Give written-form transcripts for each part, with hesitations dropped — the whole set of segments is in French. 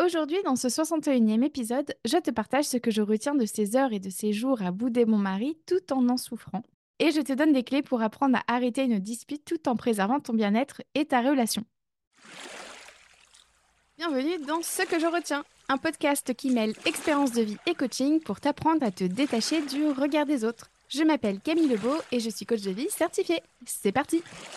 Aujourd'hui, dans ce 61e épisode, je te partage ce que je retiens de ces heures et de ces jours à bouder mon mari tout en souffrant. Et je te donne des clés pour apprendre à arrêter une dispute tout en préservant ton bien-être et ta relation. Bienvenue dans Ce que je retiens, un podcast qui mêle expérience de vie et coaching pour t'apprendre à te détacher du regard des autres. Je m'appelle Camille Lebeau et je suis coach de vie certifiée. C'est parti!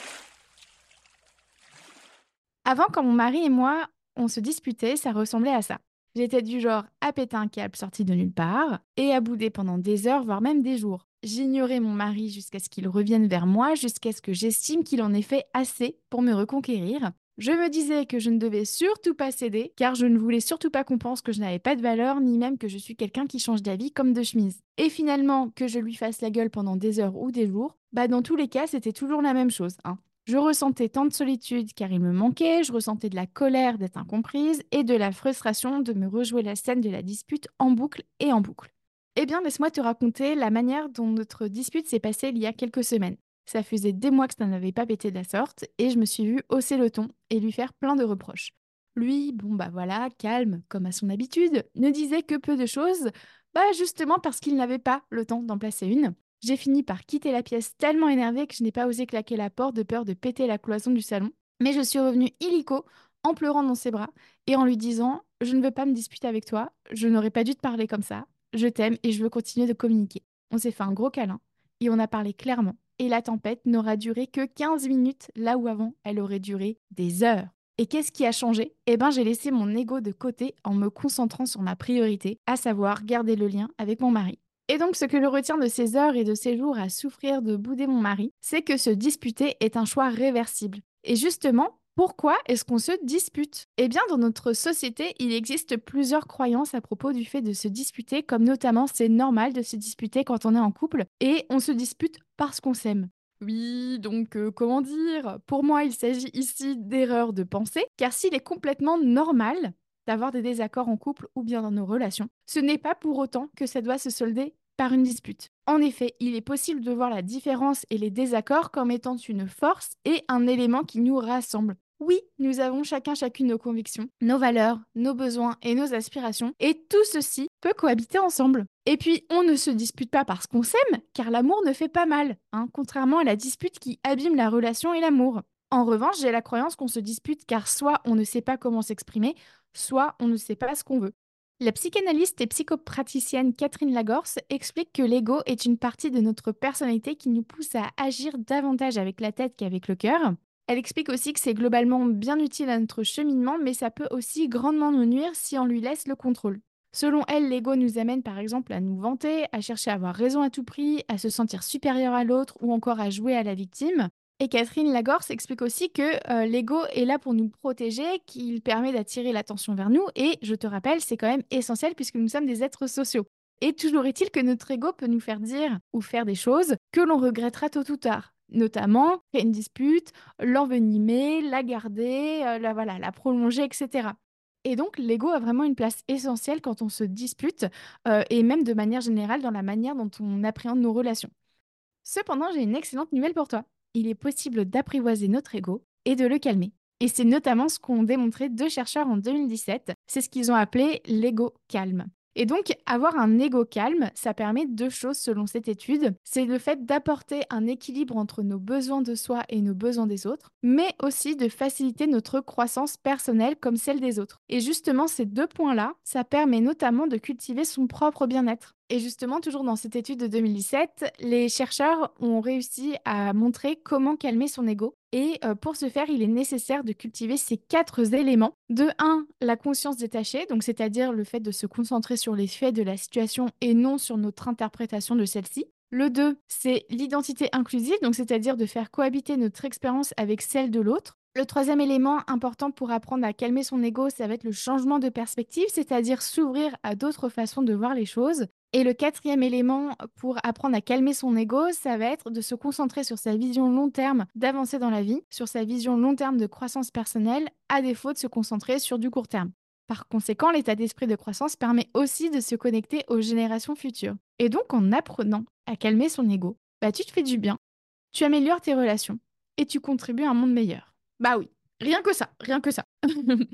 Avant, quand mon mari et moi, on se disputait, ça ressemblait à ça. J'étais du genre à péter un câble sorti de nulle part et à bouder pendant des heures, voire même des jours. J'ignorais mon mari jusqu'à ce qu'il revienne vers moi, jusqu'à ce que j'estime qu'il en ait fait assez pour me reconquérir. Je me disais que je ne devais surtout pas céder, car je ne voulais surtout pas qu'on pense que je n'avais pas de valeur, ni même que je suis quelqu'un qui change d'avis comme de chemise. Et finalement, que je lui fasse la gueule pendant des heures ou des jours, bah dans tous les cas, c'était toujours la même chose, hein. Je ressentais tant de solitude car il me manquait, je ressentais de la colère d'être incomprise et de la frustration de me rejouer la scène de la dispute en boucle et en boucle. Eh bien, laisse-moi te raconter la manière dont notre dispute s'est passée il y a quelques semaines. Ça faisait des mois que ça n'avait pas pété de la sorte et je me suis vue hausser le ton et lui faire plein de reproches. Lui, bon bah voilà, calme, comme à son habitude, ne disait que peu de choses, bah justement parce qu'il n'avait pas le temps d'en placer une. J'ai fini par quitter la pièce tellement énervée que je n'ai pas osé claquer la porte de peur de péter la cloison du salon. Mais je suis revenue illico, en pleurant dans ses bras et en lui disant: Je ne veux pas me disputer avec toi, je n'aurais pas dû te parler comme ça, je t'aime et je veux continuer de communiquer. On s'est fait un gros câlin et on a parlé clairement. Et la tempête n'aura duré que 15 minutes, là où avant elle aurait duré des heures. Et qu'est-ce qui a changé? Eh ben, j'ai laissé mon ego de côté en me concentrant sur ma priorité, à savoir garder le lien avec mon mari. Et donc, ce que je retiens de ces heures et de ces jours à souffrir de bouder mon mari, c'est que se disputer est un choix réversible. Et justement, pourquoi est-ce qu'on se dispute? Eh bien, dans notre société, il existe plusieurs croyances à propos du fait de se disputer, comme notamment c'est normal de se disputer quand on est en couple, et on se dispute parce qu'on s'aime. Oui, donc comment dire? Pour moi, il s'agit ici d'erreurs de pensée, car s'il est complètement normal d'avoir des désaccords en couple ou bien dans nos relations, ce n'est pas pour autant que ça doit se solder par une dispute. En effet, il est possible de voir la différence et les désaccords comme étant une force et un élément qui nous rassemble. Oui, nous avons chacune nos convictions, nos valeurs, nos besoins et nos aspirations, et tout ceci peut cohabiter ensemble. Et puis, on ne se dispute pas parce qu'on s'aime, car l'amour ne fait pas mal, hein, contrairement à la dispute qui abîme la relation et l'amour. En revanche, j'ai la croyance qu'on se dispute car soit on ne sait pas comment s'exprimer, soit on ne sait pas ce qu'on veut. La psychanalyste et psychopraticienne Catherine Lagorce explique que l'ego est une partie de notre personnalité qui nous pousse à agir davantage avec la tête qu'avec le cœur. Elle explique aussi que c'est globalement bien utile à notre cheminement, mais ça peut aussi grandement nous nuire si on lui laisse le contrôle. Selon elle, l'ego nous amène par exemple à nous vanter, à chercher à avoir raison à tout prix, à se sentir supérieur à l'autre ou encore à jouer à la victime. Et Catherine Lagorce explique aussi que l'ego est là pour nous protéger, qu'il permet d'attirer l'attention vers nous. Et je te rappelle, c'est quand même essentiel puisque nous sommes des êtres sociaux. Et toujours est-il que notre ego peut nous faire dire ou faire des choses que l'on regrettera tôt ou tard. Notamment, créer une dispute, l'envenimer, la garder, voilà, la prolonger, etc. Et donc, l'ego a vraiment une place essentielle quand on se dispute et même de manière générale dans la manière dont on appréhende nos relations. Cependant, j'ai une excellente nouvelle pour toi. Il est possible d'apprivoiser notre ego et de le calmer. Et c'est notamment ce qu'ont démontré deux chercheurs en 2017. C'est ce qu'ils ont appelé l'ego calme. Et donc, avoir un ego calme, ça permet deux choses selon cette étude. C'est le fait d'apporter un équilibre entre nos besoins de soi et nos besoins des autres, mais aussi de faciliter notre croissance personnelle comme celle des autres. Et justement, ces deux points-là, ça permet notamment de cultiver son propre bien-être. Et justement, toujours dans cette étude de 2017, les chercheurs ont réussi à montrer comment calmer son ego. Et pour ce faire, il est nécessaire de cultiver ces quatre éléments. De un, la conscience détachée, donc c'est-à-dire le fait de se concentrer sur les faits de la situation et non sur notre interprétation de celle-ci. Le 2, c'est l'identité inclusive, donc c'est-à-dire de faire cohabiter notre expérience avec celle de l'autre. Le troisième élément important pour apprendre à calmer son ego, ça va être le changement de perspective, c'est-à-dire s'ouvrir à d'autres façons de voir les choses. Et le quatrième élément pour apprendre à calmer son ego, ça va être de se concentrer sur sa vision long terme d'avancer dans la vie, sur sa vision long terme de croissance personnelle, à défaut de se concentrer sur du court terme. Par conséquent, l'état d'esprit de croissance permet aussi de se connecter aux générations futures. Et donc, en apprenant à calmer son ego, bah, tu te fais du bien, tu améliores tes relations et tu contribues à un monde meilleur. Bah oui, rien que ça, rien que ça.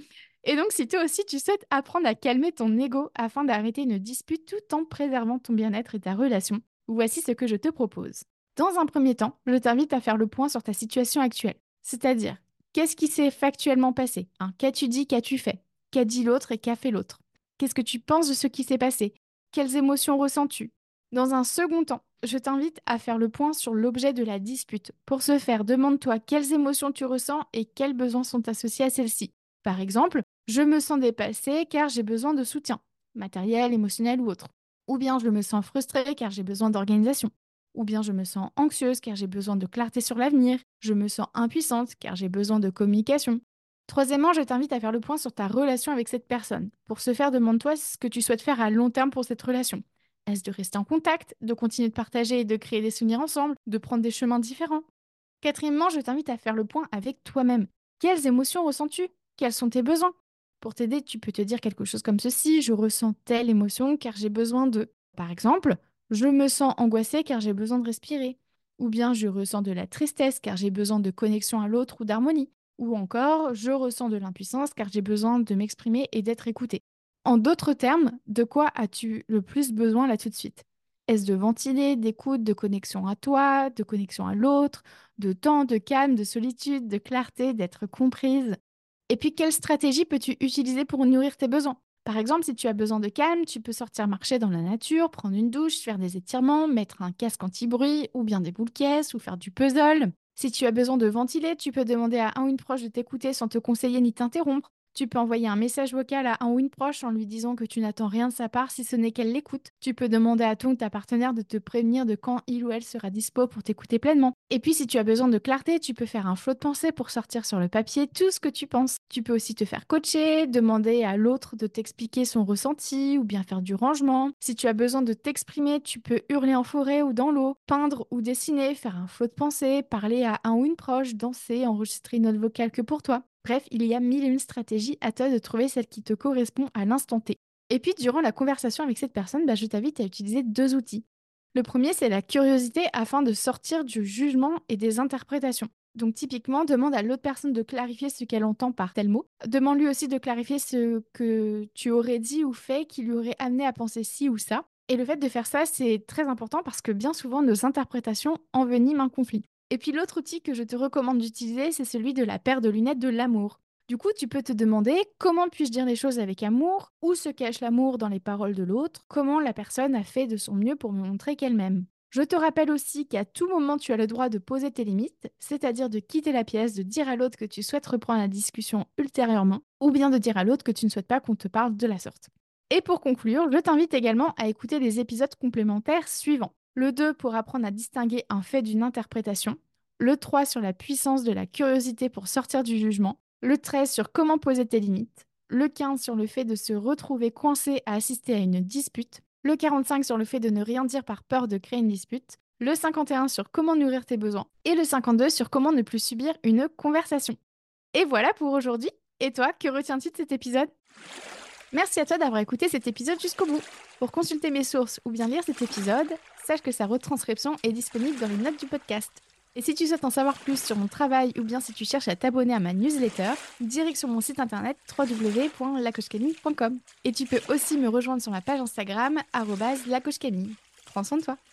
Et donc, si toi aussi tu souhaites apprendre à calmer ton ego afin d'arrêter une dispute tout en préservant ton bien-être et ta relation, voici ce que je te propose. Dans un premier temps, je t'invite à faire le point sur ta situation actuelle. C'est-à-dire, qu'est-ce qui s'est factuellement passé, hein? Qu'as-tu dit, qu'as-tu fait? Qu'a dit l'autre et qu'a fait l'autre? Qu'est-ce que tu penses de ce qui s'est passé? Quelles émotions ressens-tu? Dans un second temps, je t'invite à faire le point sur l'objet de la dispute. Pour ce faire, demande-toi quelles émotions tu ressens et quels besoins sont associés à celles-ci. Par exemple, je me sens dépassée car j'ai besoin de soutien, matériel, émotionnel ou autre. Ou bien je me sens frustrée car j'ai besoin d'organisation. Ou bien je me sens anxieuse car j'ai besoin de clarté sur l'avenir. Je me sens impuissante car j'ai besoin de communication. Troisièmement, je t'invite à faire le point sur ta relation avec cette personne. Pour ce faire, demande-toi ce que tu souhaites faire à long terme pour cette relation. Est-ce de rester en contact, de continuer de partager et de créer des souvenirs ensemble, de prendre des chemins différents? Quatrièmement, je t'invite à faire le point avec toi-même. Quelles émotions ressens-tu? Quels sont tes besoins? Pour t'aider, tu peux te dire quelque chose comme ceci: je ressens telle émotion car j'ai besoin de. Par exemple, je me sens angoissée car j'ai besoin de respirer. Ou bien je ressens de la tristesse car j'ai besoin de connexion à l'autre ou d'harmonie. Ou encore, je ressens de l'impuissance car j'ai besoin de m'exprimer et d'être écoutée. En d'autres termes, de quoi as-tu le plus besoin là tout de suite? Est-ce de ventiler, d'écoute, de connexion à toi, de connexion à l'autre, de temps, de calme, de solitude, de clarté, d'être comprise? Et puis, quelle stratégie peux-tu utiliser pour nourrir tes besoins? Par exemple, si tu as besoin de calme, tu peux sortir marcher dans la nature, prendre une douche, faire des étirements, mettre un casque anti-bruit ou bien des boules caisses ou faire du puzzle. Si tu as besoin de ventiler, tu peux demander à un ou une proche de t'écouter sans te conseiller ni t'interrompre. Tu peux envoyer un message vocal à un ou une proche en lui disant que tu n'attends rien de sa part si ce n'est qu'elle l'écoute. Tu peux demander à ton ou ta partenaire de te prévenir de quand il ou elle sera dispo pour t'écouter pleinement. Et puis si tu as besoin de clarté, tu peux faire un flot de pensée pour sortir sur le papier tout ce que tu penses. Tu peux aussi te faire coacher, demander à l'autre de t'expliquer son ressenti ou bien faire du rangement. Si tu as besoin de t'exprimer, tu peux hurler en forêt ou dans l'eau, peindre ou dessiner, faire un flot de pensée, parler à un ou une proche, danser, enregistrer une note vocale que pour toi. Bref, il y a mille et une stratégies, à toi de trouver celle qui te correspond à l'instant T. Et puis, durant la conversation avec cette personne, je t'invite à utiliser deux outils. Le premier, c'est la curiosité afin de sortir du jugement et des interprétations. Donc, typiquement, demande à l'autre personne de clarifier ce qu'elle entend par tel mot. Demande-lui aussi de clarifier ce que tu aurais dit ou fait qui lui aurait amené à penser ci ou ça. Et le fait de faire ça, c'est très important parce que bien souvent, nos interprétations enveniment un conflit. Et puis l'autre outil que je te recommande d'utiliser, c'est celui de la paire de lunettes de l'amour. Du coup, tu peux te demander comment puis-je dire les choses avec amour, où se cache l'amour dans les paroles de l'autre, comment la personne a fait de son mieux pour me montrer qu'elle m'aime. Je te rappelle aussi qu'à tout moment, tu as le droit de poser tes limites, c'est-à-dire de quitter la pièce, de dire à l'autre que tu souhaites reprendre la discussion ultérieurement, ou bien de dire à l'autre que tu ne souhaites pas qu'on te parle de la sorte. Et pour conclure, je t'invite également à écouter les épisodes complémentaires suivants. Le 2 pour apprendre à distinguer un fait d'une interprétation. Le 3 sur la puissance de la curiosité pour sortir du jugement. Le 13 sur comment poser tes limites. Le 15 sur le fait de se retrouver coincé à assister à une dispute. Le 45 sur le fait de ne rien dire par peur de créer une dispute. Le 51 sur comment nourrir tes besoins. Et le 52 sur comment ne plus subir une conversation. Et voilà pour aujourd'hui. Et toi, que retiens-tu de cet épisode? Merci à toi d'avoir écouté cet épisode jusqu'au bout. Pour consulter mes sources ou bien lire cet épisode, sache que sa retranscription est disponible dans les notes du podcast. Et si tu souhaites en savoir plus sur mon travail ou bien si tu cherches à t'abonner à ma newsletter, direct sur mon site internet www.lacochecamille.com. Et tu peux aussi me rejoindre sur ma page Instagram @lacochecamille. Prends soin de toi.